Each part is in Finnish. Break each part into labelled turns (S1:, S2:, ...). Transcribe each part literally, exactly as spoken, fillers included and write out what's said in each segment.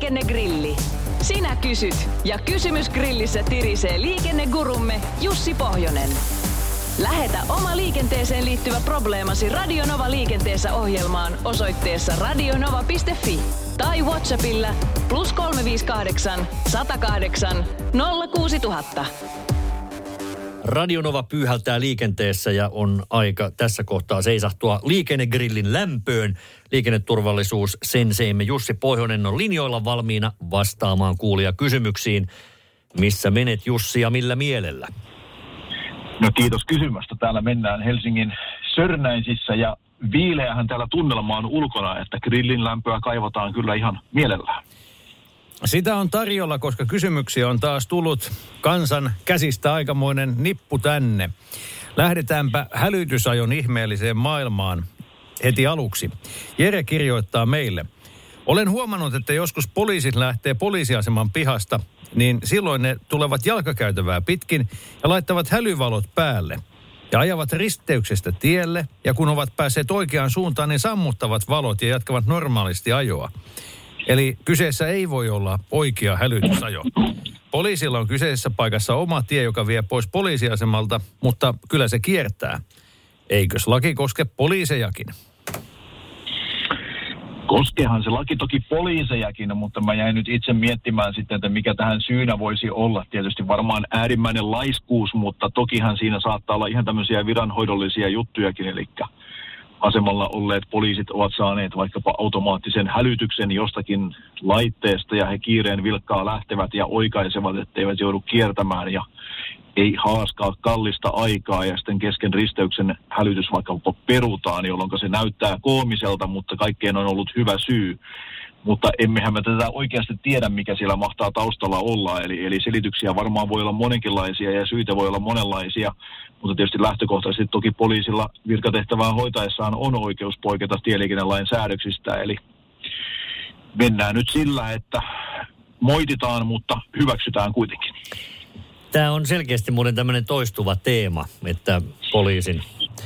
S1: Liikennegrilli. Sinä kysyt ja kysymys grillissä tirisee liikennegurumme Jussi Pohjonen. Lähetä oma liikenteeseen liittyvä probleemasi Radionova liikenteessä ohjelmaan osoitteessa radionova piste fi tai WhatsAppilla plus kolme viisi kahdeksan, sata kahdeksan, nolla kuusi nolla nolla nolla.
S2: Radionova pyyhältää liikenteessä ja on aika tässä kohtaa seisahtua liikennegrillin lämpöön. Liikenneturvallisuus senseimme Jussi Pohjonen on linjoilla valmiina vastaamaan kuulia kysymyksiin. Missä menet, Jussi, ja millä mielellä?
S3: No kiitos kysymästä. Täällä mennään Helsingin Sörnäisissä ja viileähän täällä tunnelma on ulkona, että grillin lämpöä kaivataan kyllä ihan mielellään.
S4: Sitä on tarjolla, koska kysymyksiä on taas tullut kansan käsistä aikamoinen nippu tänne. Lähdetäänpä hälytysajon ihmeelliseen maailmaan heti aluksi. Jere kirjoittaa meille. Olen huomannut, että joskus poliisit lähtee poliisiaseman pihasta, niin silloin ne tulevat jalkakäytävää pitkin ja laittavat hälyvalot päälle. Ja ajavat risteyksestä tielle, ja kun ovat päässeet oikeaan suuntaan, niin sammuttavat valot ja jatkavat normaalisti ajoa. Eli kyseessä ei voi olla oikea hälytysajo. Poliisilla on kyseisessä paikassa oma tie, joka vie pois poliisiasemalta, mutta kyllä se kiertää. Eikös laki koske poliisejakin?
S3: Koskehan se laki toki poliisejakin, mutta mä jäin nyt itse miettimään sitten, että mikä tähän syynä voisi olla. Tietysti varmaan äärimmäinen laiskuus, mutta tokihan siinä saattaa olla ihan tämmöisiä viranhoidollisia juttujakin, eli asemalla olleet poliisit ovat saaneet vaikkapa automaattisen hälytyksen jostakin laitteesta ja he kiireen vilkkaa lähtevät ja oikaisevat, etteivät joudu kiertämään ja ei haaskaa kallista aikaa ja sitten kesken risteyksen hälytys vaikkapa perutaan, jolloin se näyttää koomiselta, mutta kaikkeen on ollut hyvä syy. Mutta emmehän me tätä oikeasti tiedä, mikä siellä mahtaa taustalla olla. Eli, eli selityksiä varmaan voi olla monenkinlaisia ja syitä voi olla monenlaisia. Mutta tietysti lähtökohtaisesti toki poliisilla virkatehtävää hoitaessaan on oikeus poiketa tieliikennelain säädöksistä. Eli mennään nyt sillä, että moititaan, mutta hyväksytään kuitenkin.
S2: Tämä on selkeästi muuten tämmöinen toistuva teema, että poliisin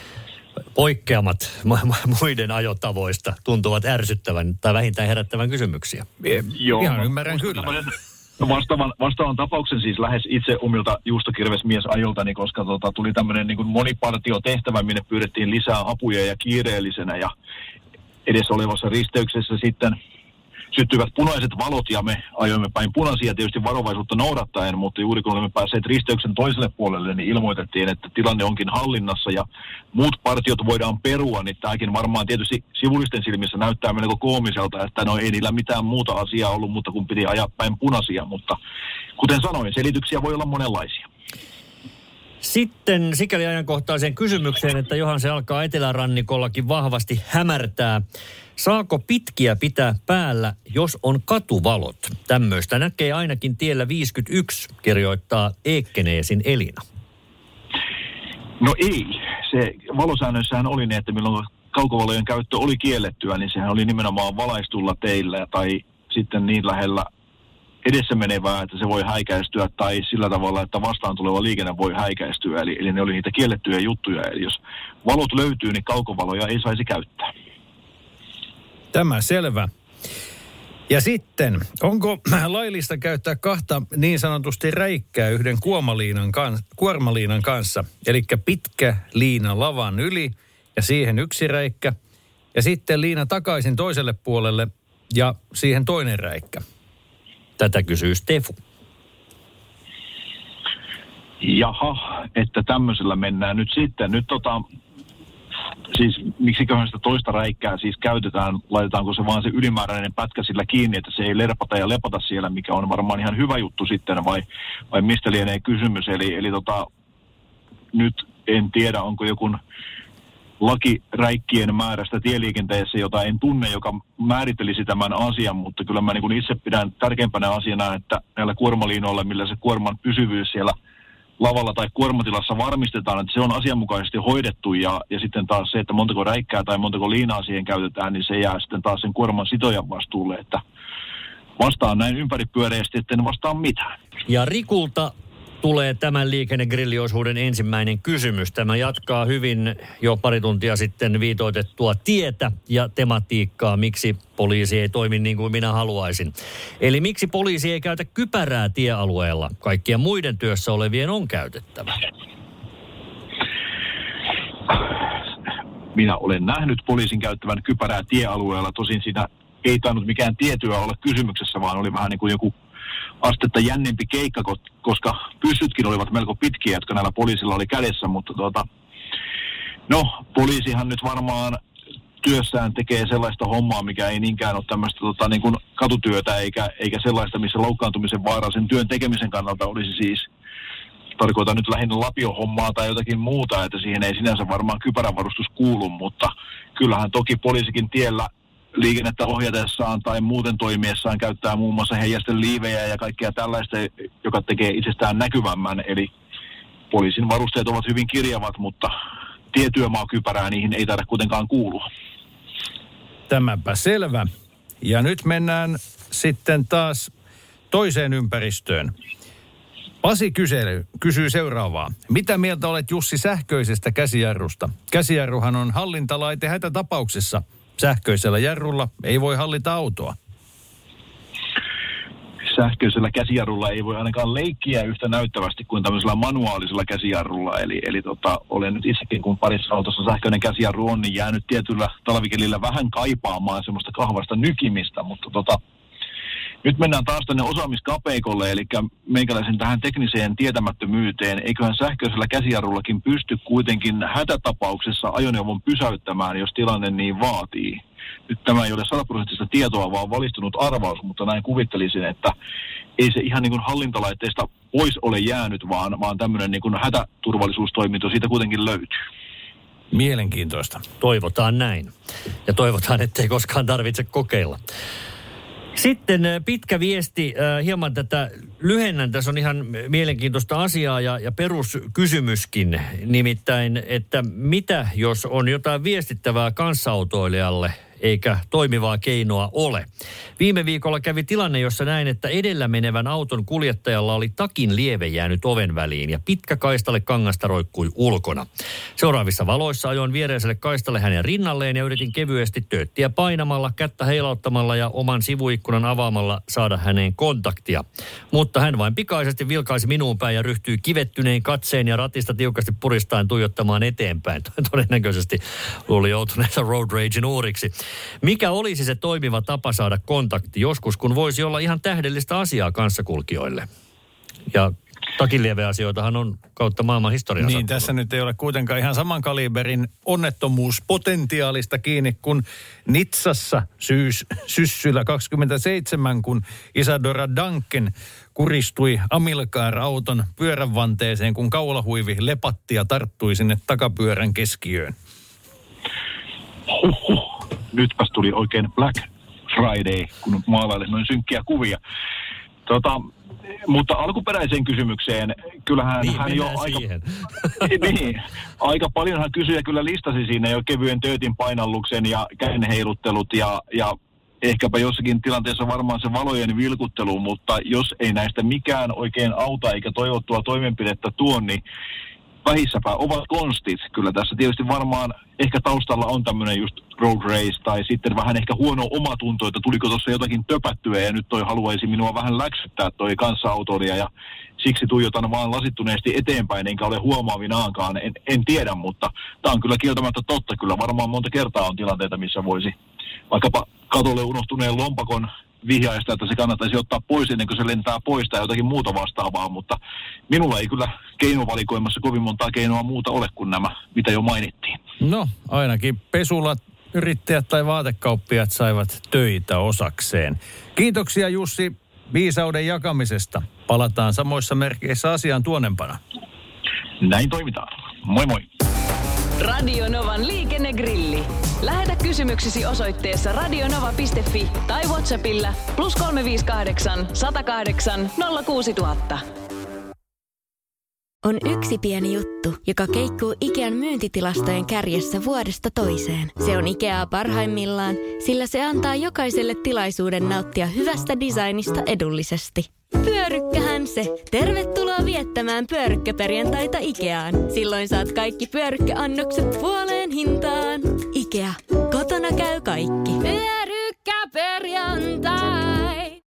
S2: poikkeamat muiden ajotavoista tuntuvat ärsyttävän tai vähintään herättävän kysymyksiä.
S3: Joo,
S4: ihan ymmärrän kyllä.
S3: Vastaavan, vastaavan tapauksen siis lähes itse omilta juustokirvesmiesajoltani, koska tota, tuli tämmöinen niin kuin monipartiotehtävä, minne pyydettiin lisää apuja ja kiireellisenä ja edessä olevassa risteyksessä sitten syttyivät punaiset valot ja me ajoimme päin punaisia tietysti varovaisuutta noudattaen, mutta juuri kun olemme päässeet risteyksen toiselle puolelle, niin ilmoitettiin, että tilanne onkin hallinnassa ja muut partiot voidaan perua, niin tämäkin varmaan tietysti sivullisten silmissä näyttää melko koomiselta, että no ei niillä mitään muuta asiaa ollut, mutta kun piti ajaa päin punaisia, mutta kuten sanoin, selityksiä voi olla monenlaisia.
S2: Sitten sikäli ajankohtaiseen kysymykseen, että johan se alkaa etelärannikollakin vahvasti hämärtää. Saako pitkiä pitää päällä, jos on katuvalot? Tämmöistä näkee ainakin tiellä viisikymmentäyksi, kirjoittaa Eekkeneesin Elina.
S3: No ei. Se valosäännöissähän oli niin, että milloin kaukovalojen käyttö oli kiellettyä, niin sehän oli nimenomaan valaistulla teillä tai sitten niin lähellä edessä menevää, että se voi häikäistyä tai sillä tavalla, että vastaan tuleva liikenne voi häikäistyä. Eli, eli ne oli niitä kiellettyjä juttuja. Eli jos valot löytyy, niin kaukovaloja ei saisi käyttää.
S4: Tämä selvä. Ja sitten, onko laillista käyttää kahta niin sanotusti räikkää yhden kuormaliinan, kans, kuormaliinan kanssa? Eli pitkä liina lavan yli ja siihen yksi räikkä. Ja sitten liina takaisin toiselle puolelle ja siihen toinen räikkä.
S2: Tätä kysyy Stefu.
S3: Jaha, että tämmöisellä mennään nyt sitten. Nyt tota, siis miksiköhän sitä toista räikkää siis käytetään, laitetaanko se vaan se ylimääräinen pätkä sillä kiinni, että se ei lerpata ja lepata siellä, mikä on varmaan ihan hyvä juttu sitten, vai, vai mistä lienee kysymys. Eli, eli tota, nyt en tiedä, onko joku laki räikkien määrästä tieliikenteessä, jota en tunne, joka määrittelisi tämän asian, mutta kyllä mä niin kuin itse pidän tärkeimpänä asiana, että näillä kuormaliinoilla, millä se kuorman pysyvyys siellä lavalla tai kuormatilassa varmistetaan, että se on asianmukaisesti hoidettu ja, ja sitten taas se, että montako räikkää tai montako liinaa siihen käytetään, niin se jää sitten taas sen kuorman sitojan vastuulle, että vastaan näin ympäripyöreästi, että en vastaa mitään.
S2: Ja Rikulta tulee tämän liikennegrilliosuuden ensimmäinen kysymys. Tämä jatkaa hyvin jo pari tuntia sitten viitoitettua tietä ja tematiikkaa, miksi poliisi ei toimi niin kuin minä haluaisin. Eli miksi poliisi ei käytä kypärää tiealueella? Kaikkien muiden työssä olevien on käytettävä.
S3: Minä olen nähnyt poliisin käyttävän kypärää tiealueella. Tosin siinä ei tainnut mikään tietyä olla kysymyksessä, vaan oli vähän niin kuin joku astetta jännempi keikka, koska pyssytkin olivat melko pitkiä, jotka näillä poliisilla oli kädessä. Mutta tuota, no, poliisihan nyt varmaan työssään tekee sellaista hommaa, mikä ei niinkään ole tämmöistä tota, niin kuin katutyötä, eikä, eikä sellaista, missä loukkaantumisen vaara sen työn tekemisen kannalta olisi siis. Tarkoitan nyt lähinnä lapiohommaa tai jotakin muuta, että siihen ei sinänsä varmaan kypärävarustus kuulu, mutta kyllähän toki poliisikin tiellä liikennettä ohjatessaan tai muuten toimiessaan käyttää muun muassa heijasten liivejä ja kaikkea tällaista, joka tekee itsestään näkyvämmän. Eli poliisin varusteet ovat hyvin kirjavat, mutta tietyömaakypärää niihin ei taida kuitenkaan kuulua.
S4: Tämäpä selvä. Ja nyt mennään sitten taas toiseen ympäristöön. Pasi kysely, kysyy seuraavaa. Mitä mieltä olet, Jussi, sähköisestä käsijarrusta? Käsijarruhan on hallintalaite hätätapauksessa. Sähköisellä jarrulla ei voi hallita autoa.
S3: Sähköisellä käsijarrulla ei voi ainakaan leikkiä yhtä näyttävästi kuin tämmöisellä manuaalisella käsijarrulla. Eli, eli tota, olen nyt itsekin, kun parissa autossa sähköinen käsijarru on, niin jäänyt tietyllä talvikelillä vähän kaipaamaan semmoista kahvasta nykimistä, mutta tota, nyt mennään taas tänne osaamiskapeikolle, eli meikäläisen tähän tekniseen tietämättömyyteen. Eiköhän sähköisellä käsijarrullakin pysty kuitenkin hätätapauksessa ajoneuvon pysäyttämään, jos tilanne niin vaatii. Nyt tämä ei ole sataprosenttista tietoa, vaan valistunut arvaus, mutta näin kuvittelisin, että ei se ihan niin kuin hallintalaitteista pois ole jäänyt, vaan, vaan tämmöinen niin kuin hätäturvallisuustoiminto siitä kuitenkin löytyy.
S4: Mielenkiintoista.
S2: Toivotaan näin. Ja toivotaan, ettei koskaan tarvitse kokeilla. Sitten pitkä viesti, äh, hieman tätä lyhennän. Tässä on ihan mielenkiintoista asiaa ja, ja peruskysymyskin. Nimittäin, että mitä jos on jotain viestittävää kanssaautoilijalle eikä toimivaa keinoa ole. Viime viikolla kävi tilanne, jossa näin, että edellä menevän auton kuljettajalla oli takin lieve jäänyt oven väliin ja pitkä kaistalle kangasta roikkui ulkona. Seuraavissa valoissa ajoin viereiselle kaistalle hänen rinnalleen ja yritin kevyesti tööttiä painamalla, kättä heilauttamalla ja oman sivuikkunan avaamalla saada häneen kontaktia. Mutta hän vain pikaisesti vilkaisi minuun päin ja ryhtyi kivettyneen katseen ja ratista tiukasti puristaen tuijottamaan eteenpäin. Todennäköisesti luuli joutuneensa road ragein uuriksi. Mikä olisi se toimiva tapa saada kontakti joskus, kun voisi olla ihan tähdellistä asiaa kanssakulkijoille? Ja takinlieveasioitahan on kautta maailman historiaa.
S4: Niin,
S2: sattunut.
S4: Tässä nyt ei ole kuitenkaan ihan saman kaliberin onnettomuuspotentiaalista kiinni kuin Nitsassa syys, syssyllä kaksikymmentäseitsemän, kun Isadora Duncan kuristui Amilcar-auton pyöränvanteeseen, kun kaulahuivi lepatti ja tarttui sinne takapyörän keskiöön.
S3: Huhhuh. Nytpäs tuli oikein Black Friday, kun maalailin noin synkkiä kuvia. Tota, mutta alkuperäiseen kysymykseen, kyllähän
S2: niin,
S3: hän jo aika, niin, aika paljon hän kysyi ja kyllä listasi siinä jo kevyen töötin painalluksen ja kädenheiluttelut ja, ja ehkäpä jossakin tilanteessa varmaan se valojen vilkuttelu, mutta jos ei näistä mikään oikein auta eikä toivottua toimenpidettä tuo, niin vähissäpä ovat konstit. Kyllä tässä tietysti varmaan ehkä taustalla on tämmöinen just road race tai sitten vähän ehkä huono omatunto, että tuliko tuossa jotakin töpättyä ja nyt toi haluaisi minua vähän läksyttää toi kanssaautoilija ja siksi tuijotan vaan lasittuneesti eteenpäin enkä ole huomaavinaankaan. En, en tiedä, mutta tämä on kyllä kieltämättä totta. Kyllä varmaan monta kertaa on tilanteita, missä voisi vaikkapa katolle unohtuneen lompakon vihjaista, että se kannattaisi ottaa pois ennen kuin se lentää pois tai jotakin muuta vastaavaa, mutta minulla ei kyllä keinovalikoimassa kovin montaa keinoa muuta ole kuin nämä, mitä jo mainittiin.
S4: No, ainakin pesulat, yrittäjät tai vaatekauppiat saivat töitä osakseen. Kiitoksia, Jussi, viisauden jakamisesta. Palataan samoissa merkeissä asiaan tuonempana.
S3: Näin toimitaan. Moi moi.
S1: Radio Novan liikennegrilli. Lähetä kysymyksesi osoitteessa radionova piste fi tai WhatsAppilla plus kolme viisi kahdeksan, sata kahdeksan, nolla kuusi tuhatta.
S5: On yksi pieni juttu, joka keikkuu Ikean myyntitilastojen kärjessä vuodesta toiseen. Se on Ikeaa parhaimmillaan, sillä se antaa jokaiselle tilaisuuden nauttia hyvästä designista edullisesti. Pyörykkähän se. Tervetuloa viettämään pyörykkäperjantaita Ikeaan. Silloin saat kaikki pyörykkäannokset puoleen hintaan. Ikea. Kotona käy kaikki.